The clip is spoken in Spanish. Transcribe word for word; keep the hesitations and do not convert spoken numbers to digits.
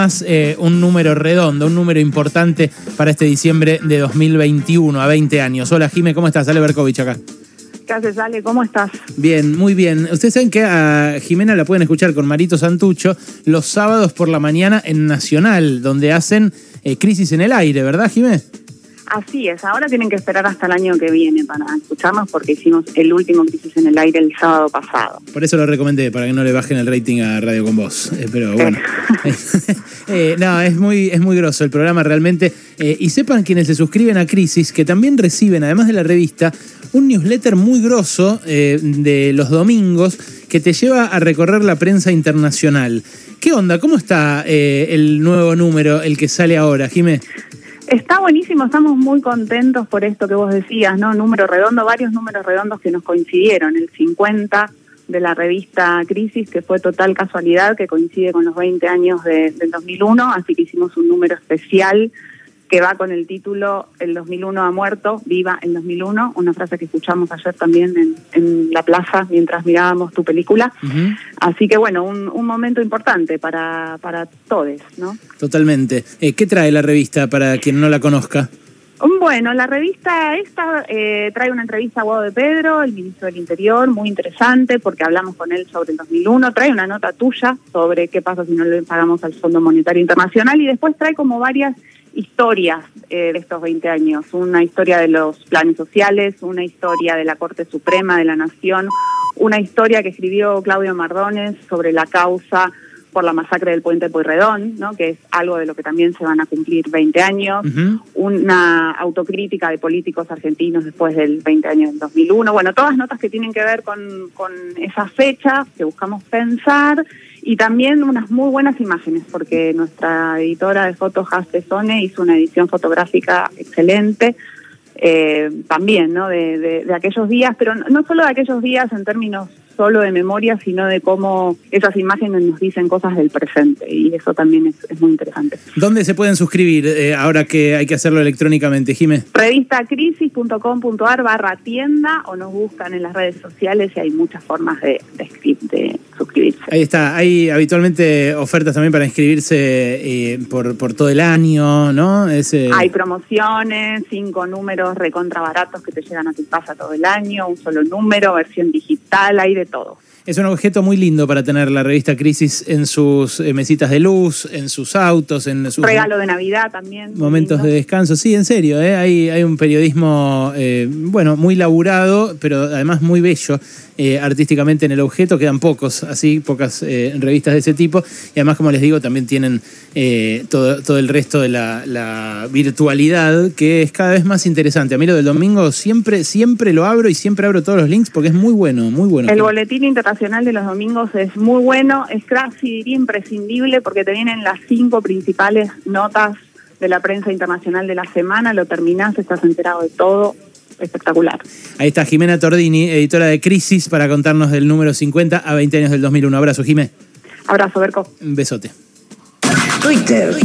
Eh, un número redondo, un número importante para este diciembre de dos mil veintiuno, a veinte años. Hola, Jimé, ¿cómo estás? Ale Berkovich acá. ¿Qué haces, Ale? ¿Cómo estás? Bien, muy bien. Ustedes saben que a Jimena la pueden escuchar con Marito Santucho los sábados por la mañana en Nacional, donde hacen eh, Crisis en el Aire, ¿verdad, Jimé? Así es, ahora tienen que esperar hasta el año que viene para escucharnos porque hicimos el último Crisis en el Aire el sábado pasado. Por eso lo recomendé, para que no le bajen el rating a Radio con Vos. Eh, pero bueno, eh, no, es muy, es muy grosso el programa realmente. Eh, y sepan quienes se suscriben a Crisis que también reciben, además de la revista, un newsletter muy grosso eh, de los domingos que te lleva a recorrer la prensa internacional. ¿Qué onda? ¿Cómo está eh, el nuevo número, el que sale ahora, Jimé? Está buenísimo, estamos muy contentos por esto que vos decías, ¿no? Número redondo, varios números redondos que nos coincidieron. El cincuenta de la revista Crisis, que fue total casualidad, que coincide con los veinte años de, del dos mil uno, así que hicimos un número especial que va con el título El dos mil uno ha muerto, viva el dos mil uno, una frase que escuchamos ayer también en, en la plaza mientras mirábamos tu película. Uh-huh. Así que bueno, un, un momento importante para, para todos, ¿no? Totalmente. Eh, ¿Qué trae la revista para quien no la conozca? Bueno, la revista esta eh, trae una entrevista a Guado de Pedro, el ministro del Interior, muy interesante porque hablamos con él sobre el dos mil uno, trae una nota tuya sobre qué pasa si no le pagamos al Fondo Monetario Internacional y después trae como varias historias eh, de estos veinte años, una historia de los planes sociales, una historia de la Corte Suprema de la Nación, una historia que escribió Claudio Mardones sobre la causa por la masacre del Puente Pueyrredón, ¿no? Que es algo de lo que también se van a cumplir veinte años, uh-huh. Una autocrítica de políticos argentinos después del veinte años del dos mil uno, bueno, todas notas que tienen que ver con, con esa fecha que buscamos pensar y también unas muy buenas imágenes porque nuestra editora de fotos, Haste Sone, hizo una edición fotográfica excelente, eh, también, ¿no? De, de, de aquellos días, pero no solo de aquellos días en términos solo de memoria, sino de cómo esas imágenes nos dicen cosas del presente, y eso también es, es muy interesante. ¿Dónde se pueden suscribir eh, ahora que hay que hacerlo electrónicamente, Jimé? Revistacrisis punto com punto ar barra tienda o nos buscan en las redes sociales y hay muchas formas de, de, de suscribirse. Ahí está, hay habitualmente ofertas también para inscribirse eh, por, por todo el año, ¿no? Ese... Hay promociones, cinco números recontra baratos que te llegan a tu casa todo el año, un solo número, versión digital, hay de todo. Es un objeto muy lindo para tener la revista Crisis en sus eh, mesitas de luz, en sus autos, en sus... Regalo de Navidad también. Momentos lindo. De descanso. Sí, en serio, ¿eh? hay, hay un periodismo, eh, bueno, muy laburado, pero además muy bello eh, artísticamente en el objeto. Quedan pocos, así, pocas eh, revistas de ese tipo. Y además, como les digo, también tienen eh, todo, todo el resto de la, la virtualidad, que es cada vez más interesante. A mí lo del domingo siempre, siempre lo abro y siempre abro todos los links porque es muy bueno, muy bueno. El boletín internacional de los domingos es muy bueno, es casi diría imprescindible porque te vienen las cinco principales notas de la prensa internacional de la semana, lo terminás, estás enterado de todo, espectacular. Ahí está Jimena Tordini, editora de Crisis, para contarnos del número cincuenta a veinte años del dos mil uno. Abrazo, Jimé. Abrazo, Berco. Un besote. Twitter.